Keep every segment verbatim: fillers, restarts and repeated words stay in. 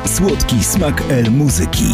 Słodki smak El Muzyki.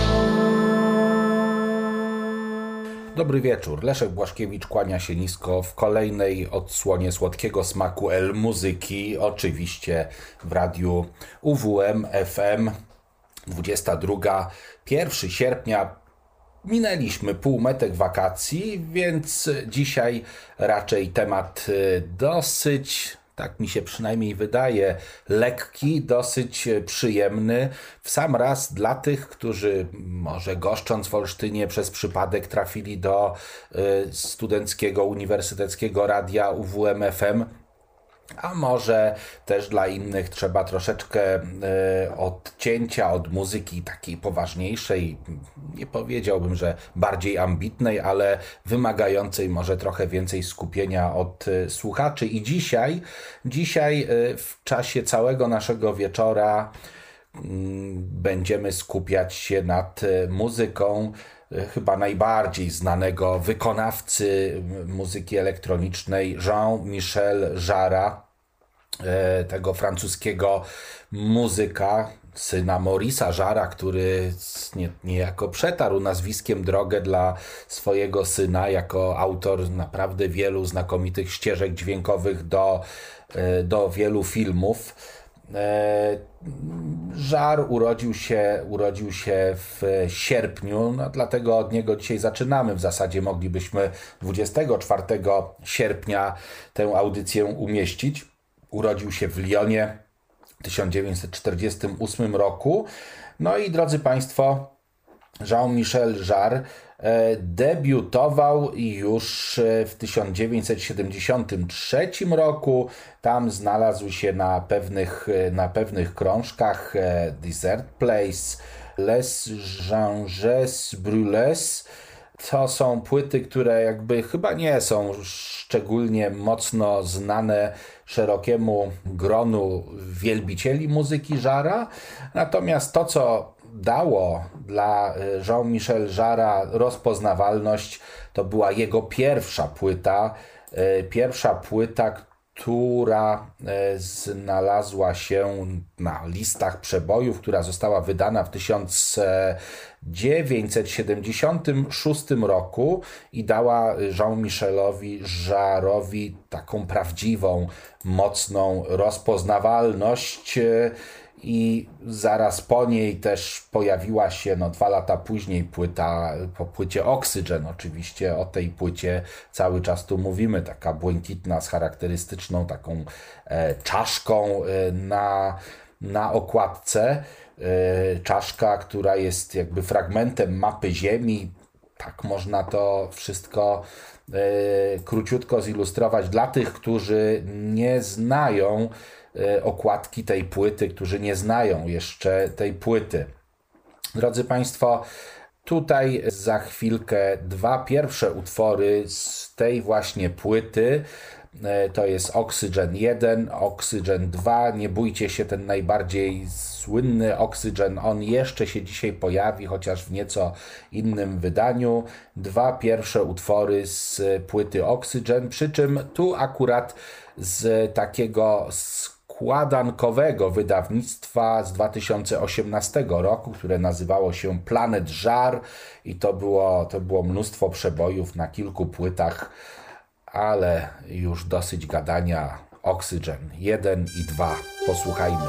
Dobry wieczór. Leszek Błaszkiewicz kłania się nisko w kolejnej odsłonie Słodkiego Smaku El Muzyki. Oczywiście w radiu U W M F M. dwudziestego drugiego, pierwszego sierpnia. Minęliśmy półmetek wakacji, więc dzisiaj raczej temat dosyć, tak mi się przynajmniej wydaje, lekki, dosyć przyjemny. W sam raz dla tych, którzy może goszcząc w Olsztynie przez przypadek trafili do studenckiego, uniwersyteckiego radia U W M F M, a może też dla innych trzeba troszeczkę y, odcięcia od muzyki takiej poważniejszej, nie powiedziałbym, że bardziej ambitnej, ale wymagającej może trochę więcej skupienia od y, słuchaczy. I dzisiaj, dzisiaj y, w czasie całego naszego wieczora y, będziemy skupiać się nad y, muzyką chyba najbardziej znanego wykonawcy muzyki elektronicznej, Jean-Michel Jarre'a, tego francuskiego muzyka, syna Maurice'a Jarre'a, który niejako przetarł nazwiskiem drogę dla swojego syna jako autor naprawdę wielu znakomitych ścieżek dźwiękowych do, do wielu filmów. Jarre urodził się, urodził się w sierpniu, no dlatego od niego dzisiaj zaczynamy. W zasadzie moglibyśmy dwudziestego czwartego sierpnia tę audycję umieścić. Urodził się w Lyonie w tysiąc dziewięćset czterdziestym ósmym roku. No i drodzy Państwo, Jean-Michel Jarre debiutował już w tysiąc dziewięćset siedemdziesiątym trzecim roku. Tam znalazł się na pewnych, na pewnych krążkach Desert Place, Les Ganges Brûlés. To są płyty, które jakby chyba nie są szczególnie mocno znane szerokiemu gronu wielbicieli muzyki Jarre'a. Natomiast to, co dało dla Jean-Michel Jarre'a rozpoznawalność, to była jego pierwsza płyta. Pierwsza płyta, która znalazła się na listach przebojów, która została wydana w tysiąc dziewięćset siedemdziesiątym szóstym roku i dała Jean-Michelowi Jarre'owi taką prawdziwą, mocną rozpoznawalność. I zaraz po niej też pojawiła się, no dwa lata później, płyta, po płycie Oxygen. Oczywiście o tej płycie cały czas tu mówimy, taka błękitna z charakterystyczną taką e, czaszką e, na, na okładce. E, czaszka, która jest jakby fragmentem mapy Ziemi. Tak można to wszystko e, króciutko zilustrować dla tych, którzy nie znają okładki tej płyty, którzy nie znają jeszcze tej płyty. Drodzy Państwo, tutaj za chwilkę dwa pierwsze utwory z tej właśnie płyty. To jest Oxygen jeden, Oxygen dwa. Nie bójcie się, ten najbardziej słynny Oxygen, on jeszcze się dzisiaj pojawi, chociaż w nieco innym wydaniu. Dwa pierwsze utwory z płyty Oxygen, przy czym tu akurat z takiego składankowego wydawnictwa z dwa tysiące osiemnastego roku, które nazywało się Planet Jarre i to było, to było mnóstwo przebojów na kilku płytach, ale już dosyć gadania. Oxygen jeden i dwa. Posłuchajmy.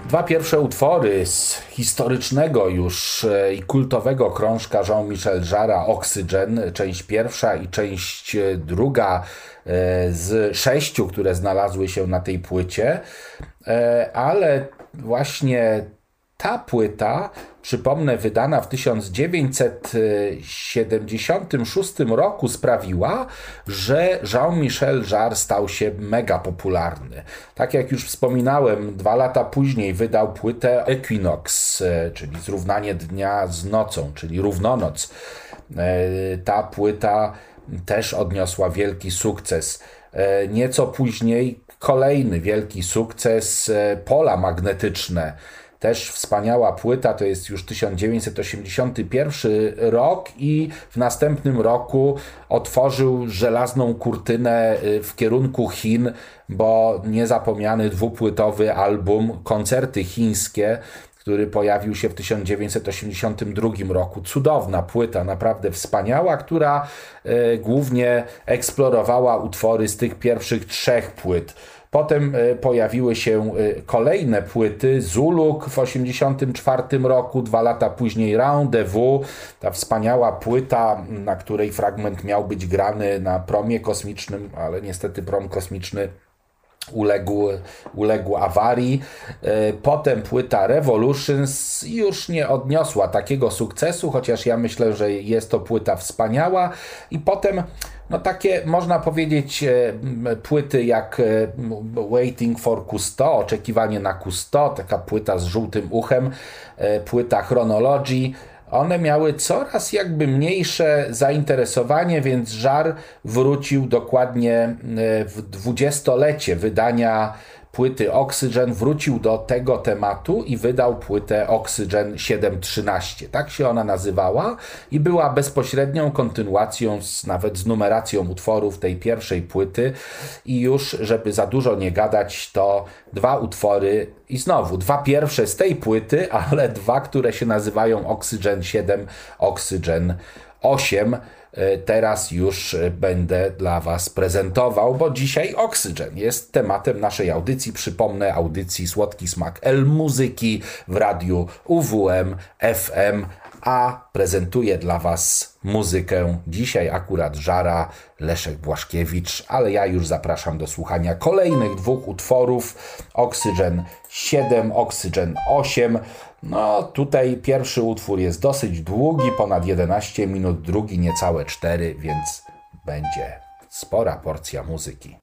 Dwa pierwsze utwory z historycznego już i kultowego krążka Jean-Michel Jarre'a Oxygen, część pierwsza i część druga z sześciu, które znalazły się na tej płycie, ale właśnie ta płyta, przypomnę, wydana w tysiąc dziewięćset siedemdziesiątym szóstym roku sprawiła, że Jean-Michel Jarre stał się mega popularny. Tak jak już wspominałem, dwa lata później wydał płytę Equinox, czyli zrównanie dnia z nocą, czyli równonoc. Ta płyta też odniosła wielki sukces. Nieco później kolejny wielki sukces, Pola magnetyczne. Też wspaniała płyta, to jest już tysiąc dziewięćset osiemdziesiąty pierwszy rok i w następnym roku otworzył żelazną kurtynę w kierunku Chin, bo niezapomniany dwupłytowy album Koncerty chińskie, który pojawił się w tysiąc dziewięćset osiemdziesiątym drugim roku. Cudowna płyta, naprawdę wspaniała, która y, głównie eksplorowała utwory z tych pierwszych trzech płyt. Potem pojawiły się kolejne płyty, Zuluk w osiemdziesiątym czwartym roku, dwa lata później Rendezvous, ta wspaniała płyta, na której fragment miał być grany na promie kosmicznym, ale niestety prom kosmiczny uległ, uległ awarii. Potem płyta Revolutions już nie odniosła takiego sukcesu, chociaż ja myślę, że jest to płyta wspaniała. I potem no takie, można powiedzieć, płyty jak Waiting for Cousteau, Oczekiwanie na Cousteau, taka płyta z żółtym uchem, płyta Chronology. One miały coraz jakby mniejsze zainteresowanie, więc Jarre wrócił dokładnie w dwudziestolecie wydania płyty Oxygen, wrócił do tego tematu i wydał płytę Oxygen siedem trzynaście. Tak się ona nazywała i była bezpośrednią kontynuacją, z, nawet z numeracją utworów tej pierwszej płyty. I już, żeby za dużo nie gadać, to dwa utwory i znowu dwa pierwsze z tej płyty, ale dwa, które się nazywają Oxygen siedem, Oxygen osiem. Teraz już będę dla Was prezentował, bo dzisiaj Oxygen jest tematem naszej audycji. Przypomnę, audycji Słodki Smak L-Muzyki w radiu U W M F M, a prezentuje dla Was muzykę dzisiaj akurat Jarre'a Leszek Błaszkiewicz, ale ja już zapraszam do słuchania kolejnych dwóch utworów, Oxygen siedem, Oxygen osiem. No tutaj pierwszy utwór jest dosyć długi, ponad jedenaście minut, drugi niecałe cztery, więc będzie spora porcja muzyki.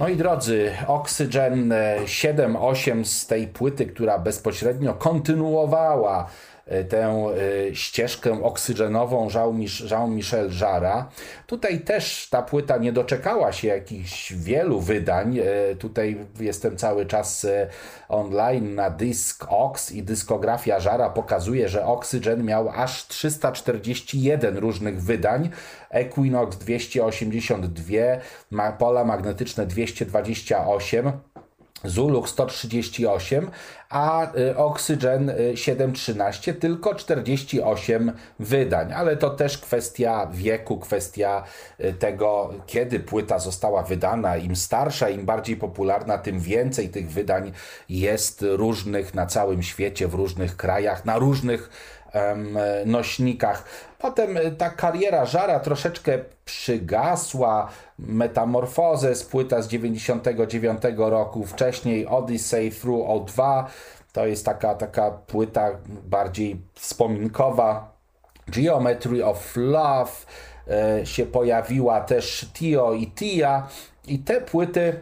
Moi drodzy, Oxygen siedem osiem z tej płyty, która bezpośrednio kontynuowała tę ścieżkę oksygenową Jean-Michel Jarra. Tutaj też ta płyta nie doczekała się jakichś wielu wydań. Tutaj jestem cały czas online na Discogs i dyskografia Jarra pokazuje, że Oxygen miał aż trzysta czterdzieści jeden różnych wydań. Equinox dwieście osiemdziesiąt dwa, pola magnetyczne dwieście dwadzieścia osiem, Zulux sto trzydzieści osiem, a Oxygen siedem trzynaście tylko czterdzieści osiem wydań, ale to też kwestia wieku, kwestia tego, kiedy płyta została wydana. Im starsza, im bardziej popularna, tym więcej tych wydań jest różnych na całym świecie, w różnych krajach, na różnych um, nośnikach. Potem ta kariera Jarra troszeczkę przygasła. Metamorphoses, płyta z dziewięćdziesiątego dziewiątego roku, wcześniej Odyssey Through O dwa, to jest taka, taka płyta bardziej wspominkowa. Geometry of Love e, się pojawiła, też Tio i Tia, i te płyty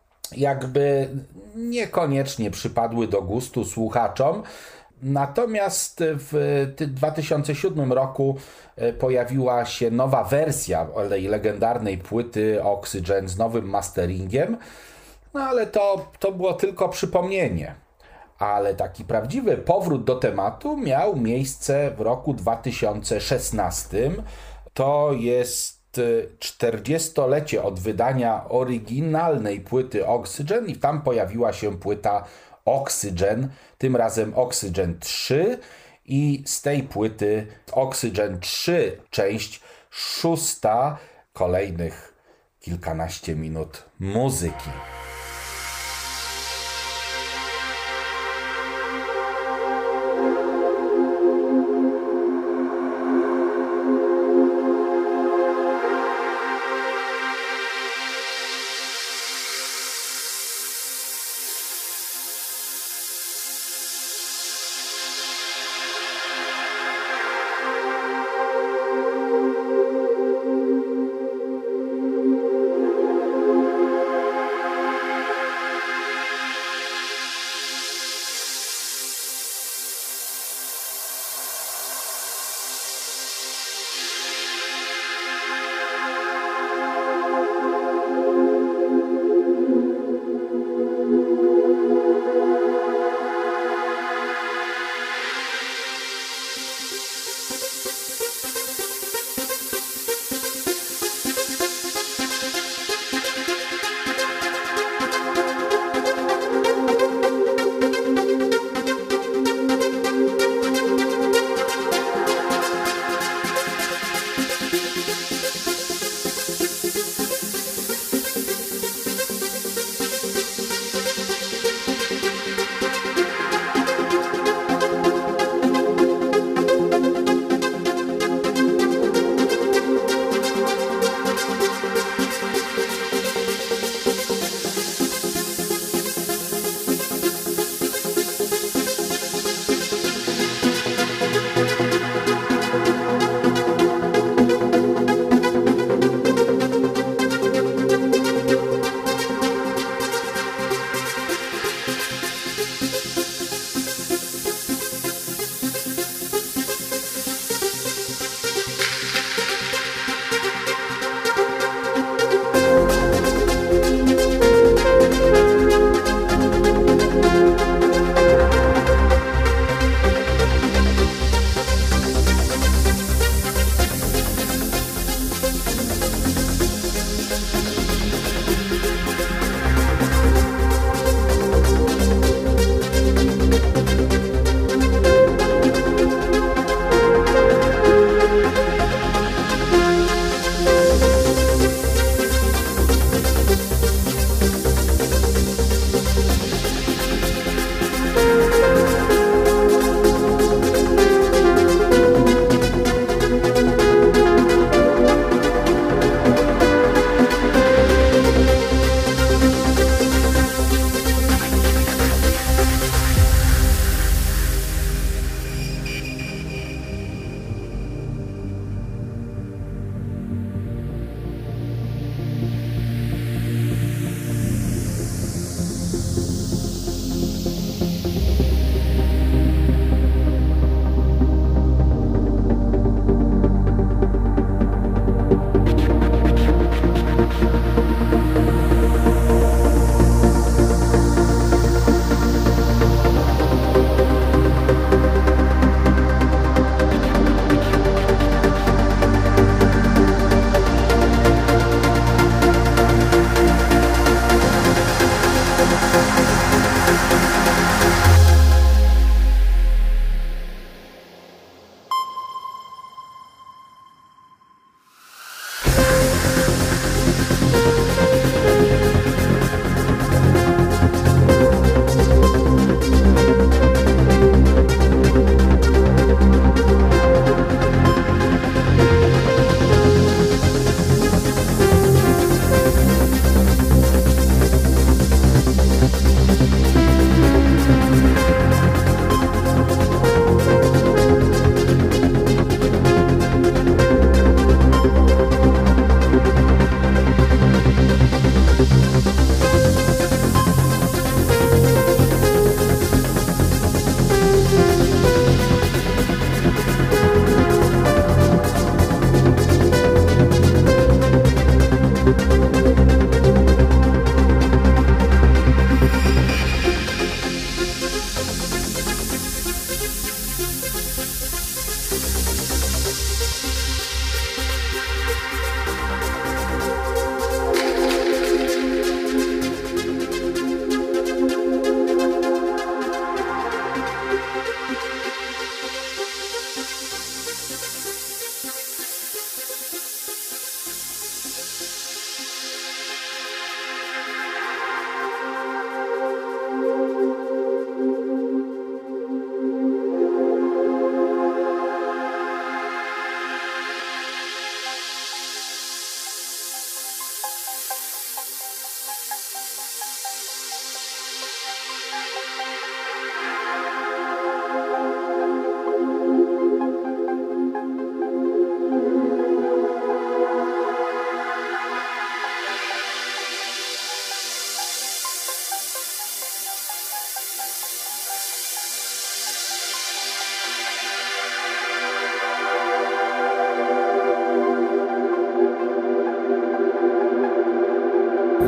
jakby niekoniecznie przypadły do gustu słuchaczom. Natomiast w dwa tysiące siódmym roku pojawiła się nowa wersja tej legendarnej płyty Oxygen z nowym masteringiem, no ale to, to było tylko przypomnienie. Ale taki prawdziwy powrót do tematu miał miejsce w roku dwa tysiące szesnastym. To jest czterdziestolecie od wydania oryginalnej płyty Oxygen i tam pojawiła się płyta Oxygen, tym razem Oxygen trzy, i z tej płyty Oxygen trzy, część szósta, kolejnych kilkanaście minut muzyki.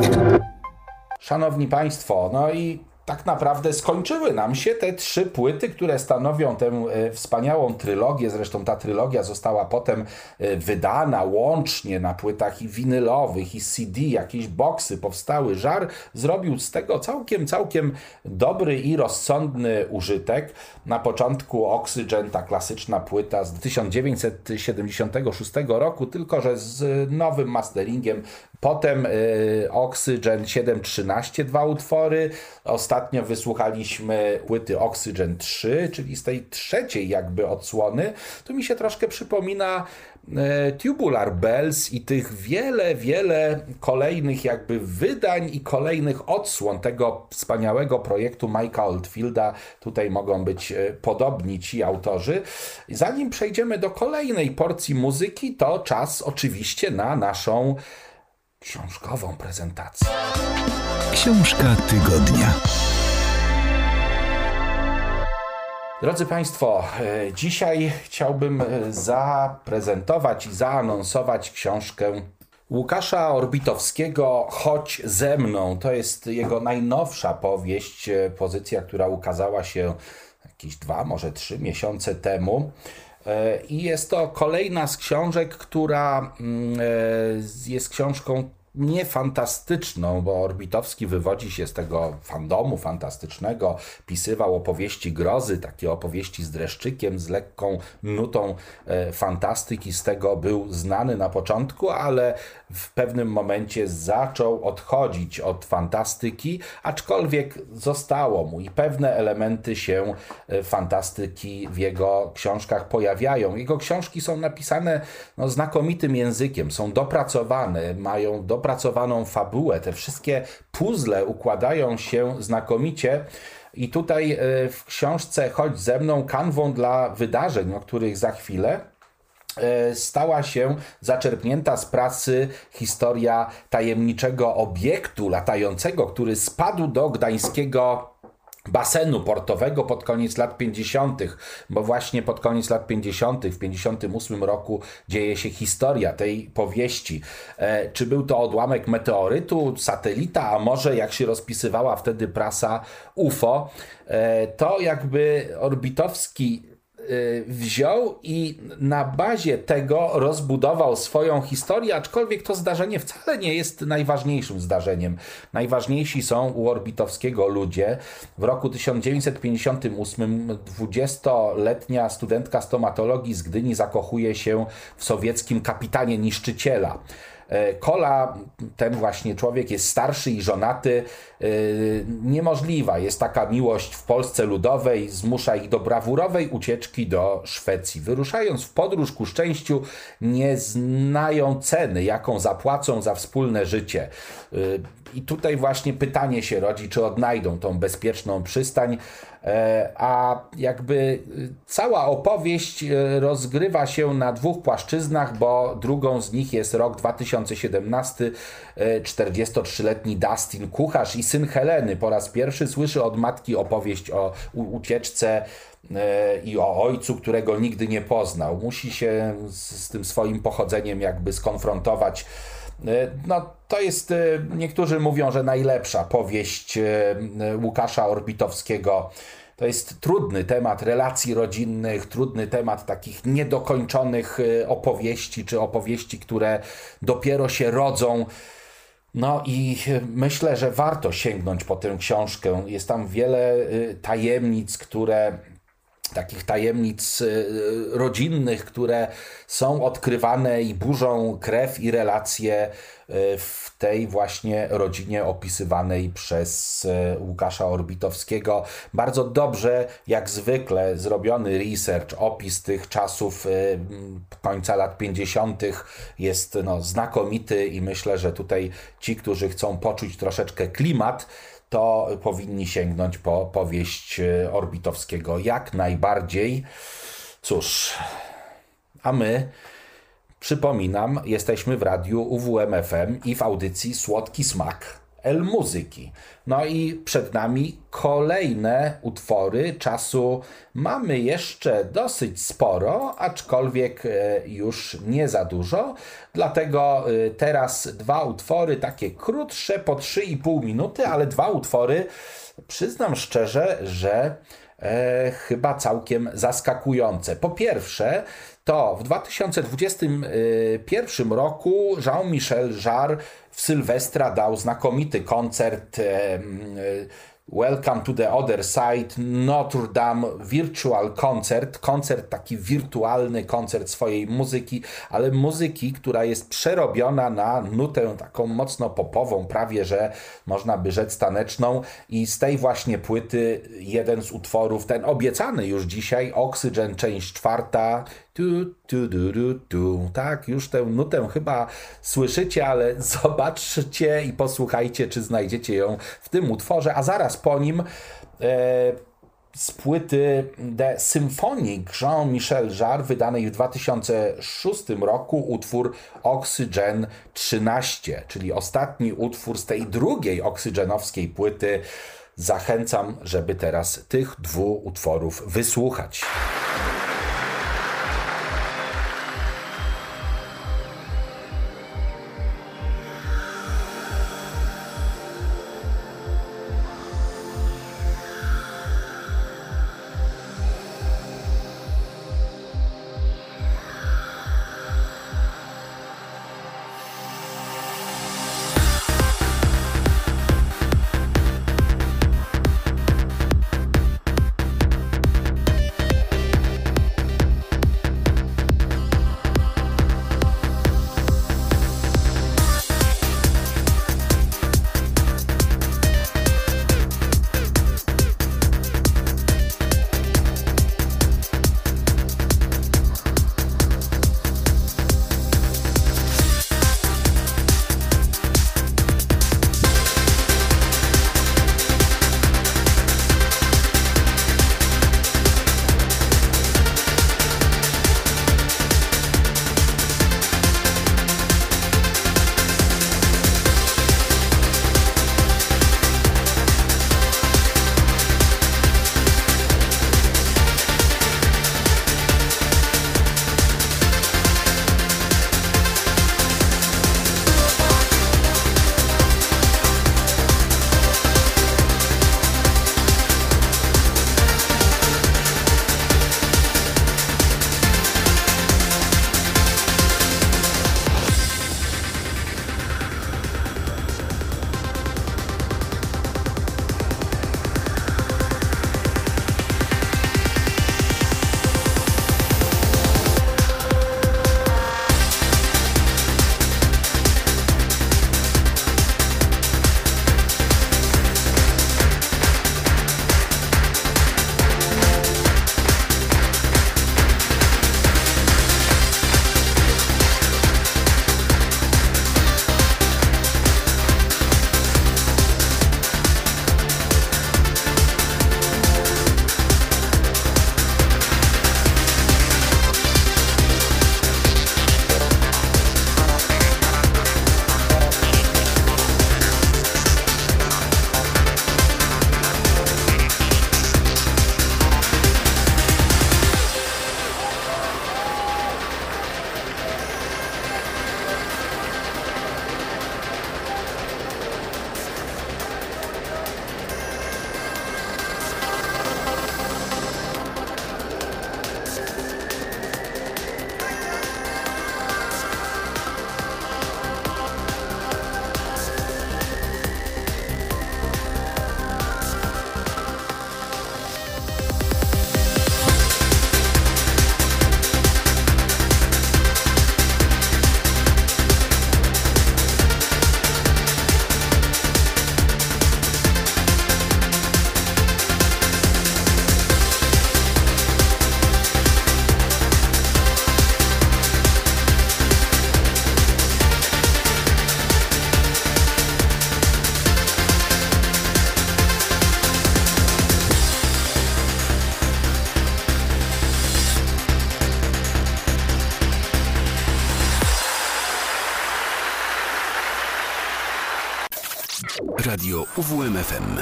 Szanowni Państwo, no i tak naprawdę skończyły nam się te trzy płyty, które stanowią tę e, wspaniałą trylogię. Zresztą ta trylogia została potem e, wydana łącznie na płytach i winylowych, i C D, jakieś boksy powstały. Żar zrobił z tego całkiem, całkiem dobry i rozsądny użytek. Na początku Oxygen, ta klasyczna płyta z tysiąc dziewięćset siedemdziesiątego szóstego roku, tylko że z nowym masteringiem. Potem y, Oxygen siedem trzynaście, dwa utwory. Ostatnio wysłuchaliśmy płyty Oxygen trzy, czyli z tej trzeciej jakby odsłony. Tu mi się troszkę przypomina y, Tubular Bells i tych wiele, wiele kolejnych jakby wydań i kolejnych odsłon tego wspaniałego projektu Mike'a Oldfielda. Tutaj mogą być y, podobni ci autorzy. Zanim przejdziemy do kolejnej porcji muzyki, to czas oczywiście na naszą książkową prezentację. Książka tygodnia. Drodzy Państwo, dzisiaj chciałbym zaprezentować i zaanonsować książkę Łukasza Orbitowskiego Chodź ze mną. To jest jego najnowsza powieść, pozycja, która ukazała się jakieś dwa, może trzy miesiące temu. I jest to kolejna z książek, która jest książką niefantastyczną, bo Orbitowski wywodzi się z tego fandomu fantastycznego, pisywał opowieści grozy, takie opowieści z dreszczykiem, z lekką nutą fantastyki, z tego był znany na początku, ale w pewnym momencie zaczął odchodzić od fantastyki, aczkolwiek zostało mu i pewne elementy się fantastyki w jego książkach pojawiają. Jego książki są napisane no, znakomitym językiem, są dopracowane, mają dopracowaną fabułę, te wszystkie puzzle układają się znakomicie. I tutaj w książce Chodź ze mną kanwą dla wydarzeń, o których za chwilę, stała się zaczerpnięta z prasy historia tajemniczego obiektu latającego, który spadł do gdańskiego basenu portowego pod koniec lat pięćdziesiątych, bo właśnie pod koniec lat pięćdziesiątych, w pięćdziesiątym ósmym roku dzieje się historia tej powieści. E, czy był to odłamek meteorytu, satelita, a może, jak się rozpisywała wtedy prasa, U F O, e, to jakby Orbitowski wziął i na bazie tego rozbudował swoją historię, aczkolwiek to zdarzenie wcale nie jest najważniejszym zdarzeniem. Najważniejsi są u Orbitowskiego ludzie. W roku tysiąc dziewięćset pięćdziesiątym ósmym dwudziestoletnia studentka stomatologii z Gdyni zakochuje się w sowieckim kapitanie niszczyciela. Kola, ten właśnie człowiek, jest starszy i żonaty. Niemożliwa jest taka miłość w Polsce ludowej, zmusza ich do brawurowej ucieczki do Szwecji. Wyruszając w podróż ku szczęściu, nie znają ceny, jaką zapłacą za wspólne życie. I tutaj właśnie pytanie się rodzi, czy odnajdą tą bezpieczną przystań. A jakby cała opowieść rozgrywa się na dwóch płaszczyznach, bo drugą z nich jest rok dwa tysiące siedemnasty. czterdziestotrzyletni Dustin, kucharz i syn Heleny, po raz pierwszy słyszy od matki opowieść o ucieczce i o ojcu, którego nigdy nie poznał. Musi się z, z tym swoim pochodzeniem jakby skonfrontować. No, to jest, niektórzy mówią, że najlepsza powieść Łukasza Orbitowskiego. To jest trudny temat relacji rodzinnych, trudny temat takich niedokończonych opowieści, czy opowieści, które dopiero się rodzą. No i myślę, że warto sięgnąć po tę książkę. Jest tam wiele tajemnic, które... takich tajemnic rodzinnych, które są odkrywane i burzą krew i relacje w tej właśnie rodzinie opisywanej przez Łukasza Orbitowskiego. Bardzo dobrze, jak zwykle, zrobiony research, opis tych czasów końca lat pięćdziesiątych jest no, znakomity i myślę, że tutaj ci, którzy chcą poczuć troszeczkę klimat, to powinni sięgnąć po powieść Orbitowskiego jak najbardziej. Cóż, a my, przypominam, jesteśmy w radiu U W M F M i w audycji Słodki Smak El Muzyki. No i przed nami kolejne utwory. Czasu mamy jeszcze dosyć sporo, aczkolwiek już nie za dużo. Dlatego teraz dwa utwory, takie krótsze, po trzy i pół minuty, ale dwa utwory, przyznam szczerze, że e, chyba całkiem zaskakujące. Po pierwsze, to w dwa tysiące dwudziestym pierwszym roku Jean-Michel Jarre w Sylwestra dał znakomity koncert e, Welcome to the Other Side, Notre Dame Virtual Concert, koncert taki wirtualny, koncert swojej muzyki, ale muzyki, która jest przerobiona na nutę taką mocno popową, prawie że można by rzec taneczną, i z tej właśnie płyty jeden z utworów, ten obiecany już dzisiaj, Oxygen, część czwarta, tu, tu, tu, tu, tu. Tak, już tę nutę chyba słyszycie, ale zobaczcie i posłuchajcie, czy znajdziecie ją w tym utworze, a zaraz po nim e, z płyty The Symphonic Jean-Michel Jarre, wydanej w dwa tysiące szóstym roku, utwór Oxygen trzynaście, czyli ostatni utwór z tej drugiej oksygenowskiej płyty. Zachęcam, żeby teraz tych dwóch utworów wysłuchać. Radio U W M F M.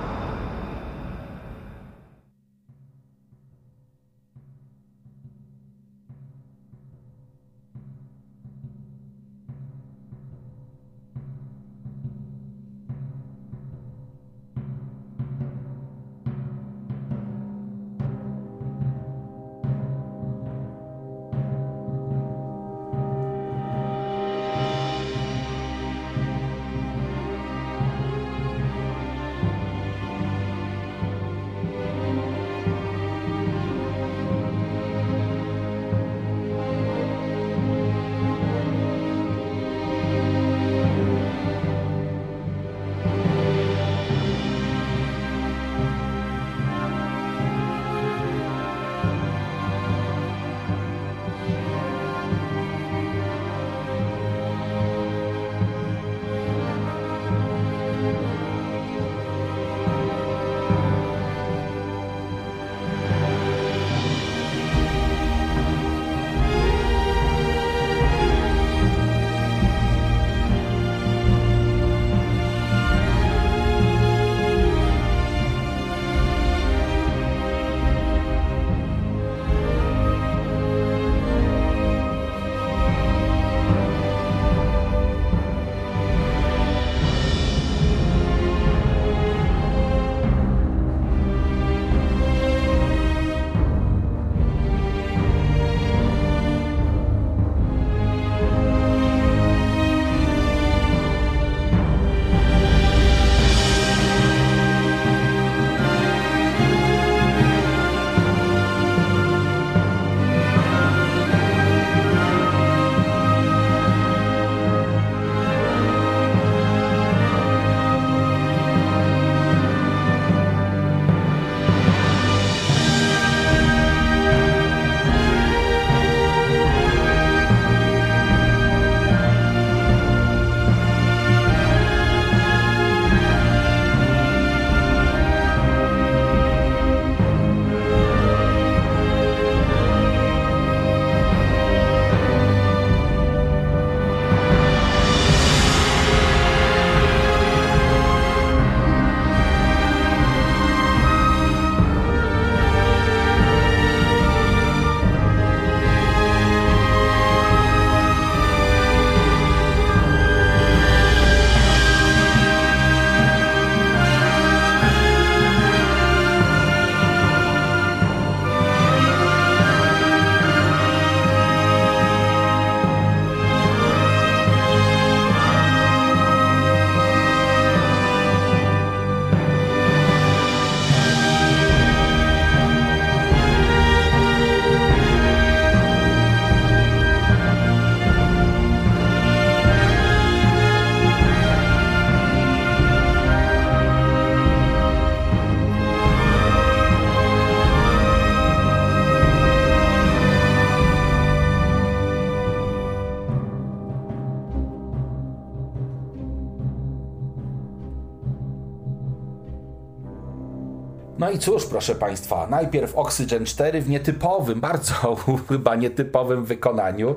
No i cóż, proszę Państwa, najpierw Oxygen cztery w nietypowym, bardzo chyba nietypowym wykonaniu.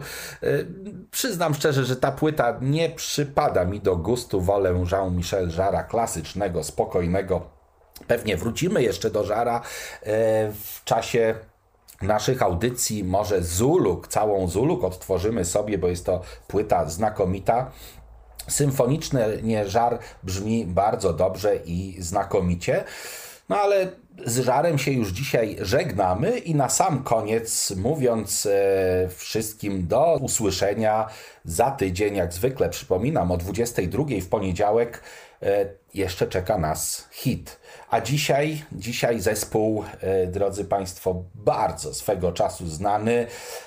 Przyznam szczerze, że ta płyta nie przypada mi do gustu, wolę Jean-Michel Jarre'a klasycznego, spokojnego. Pewnie wrócimy jeszcze do Jarre'a w czasie naszych audycji, może Zuluk, całą Zuluk odtworzymy sobie, bo jest to płyta znakomita. Symfonicznie Jarre brzmi bardzo dobrze i znakomicie. No ale z Jarre'em się już dzisiaj żegnamy i na sam koniec, mówiąc e, wszystkim do usłyszenia za tydzień, jak zwykle przypominam, o dwudziestej drugiej w poniedziałek e, jeszcze czeka nas hit. A dzisiaj, dzisiaj zespół, e, drodzy Państwo, bardzo swego czasu znany.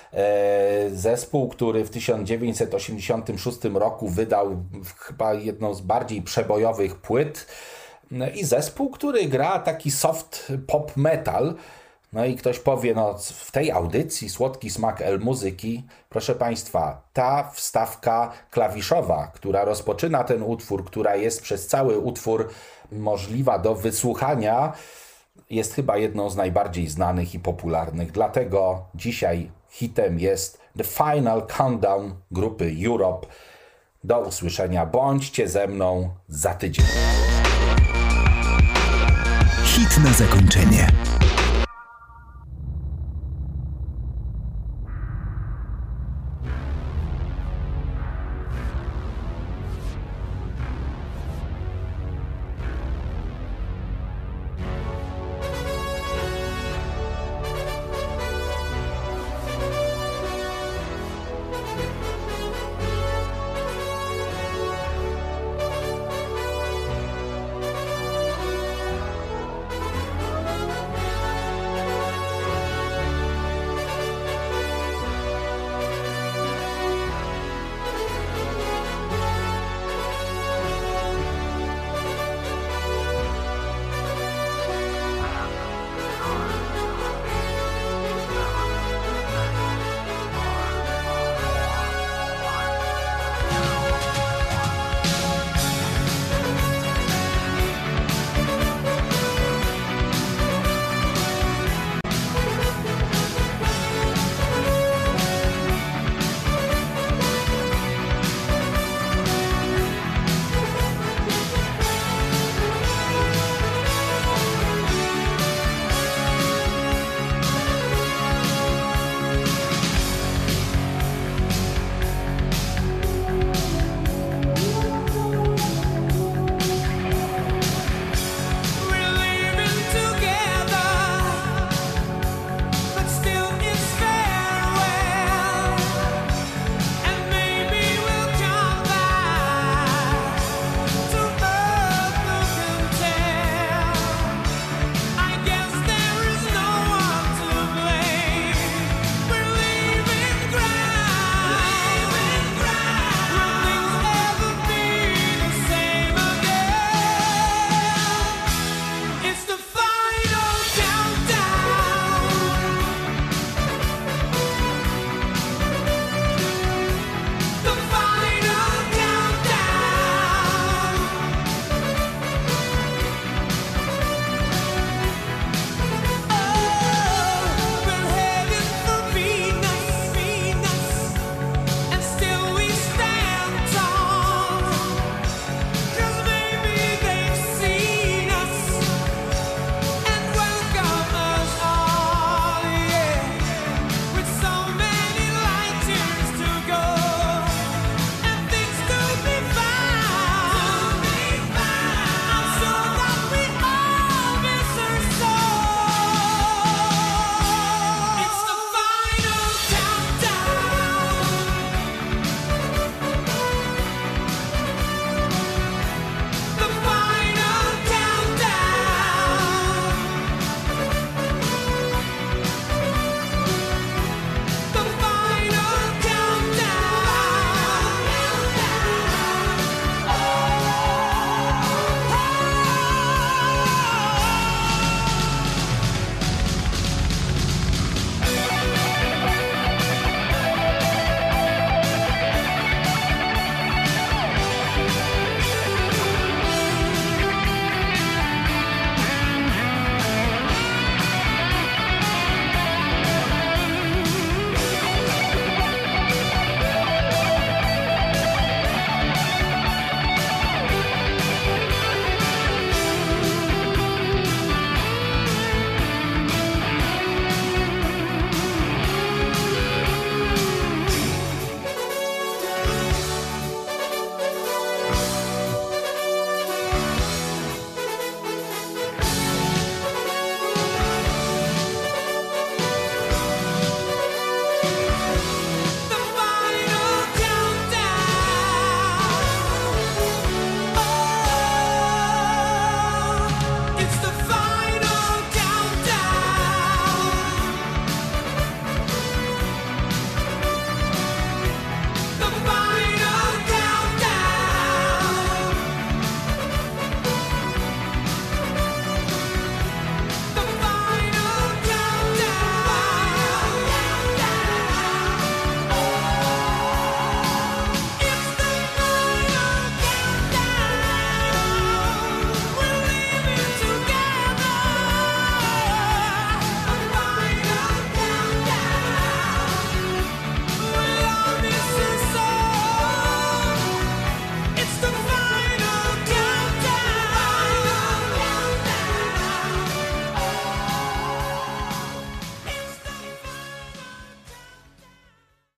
E, zespół, który w tysiąc dziewięćset osiemdziesiątym szóstym roku wydał chyba jedną z bardziej przebojowych płyt. I zespół, który gra taki soft pop metal. No i ktoś powie, no w tej audycji Słodki smak El Muzyki, proszę Państwa, ta wstawka klawiszowa, która rozpoczyna ten utwór, która jest przez cały utwór możliwa do wysłuchania, jest chyba jedną z najbardziej znanych i popularnych. Dlatego dzisiaj hitem jest The Final Countdown grupy Europe. Do usłyszenia, bądźcie ze mną za tydzień. Hit na zakończenie.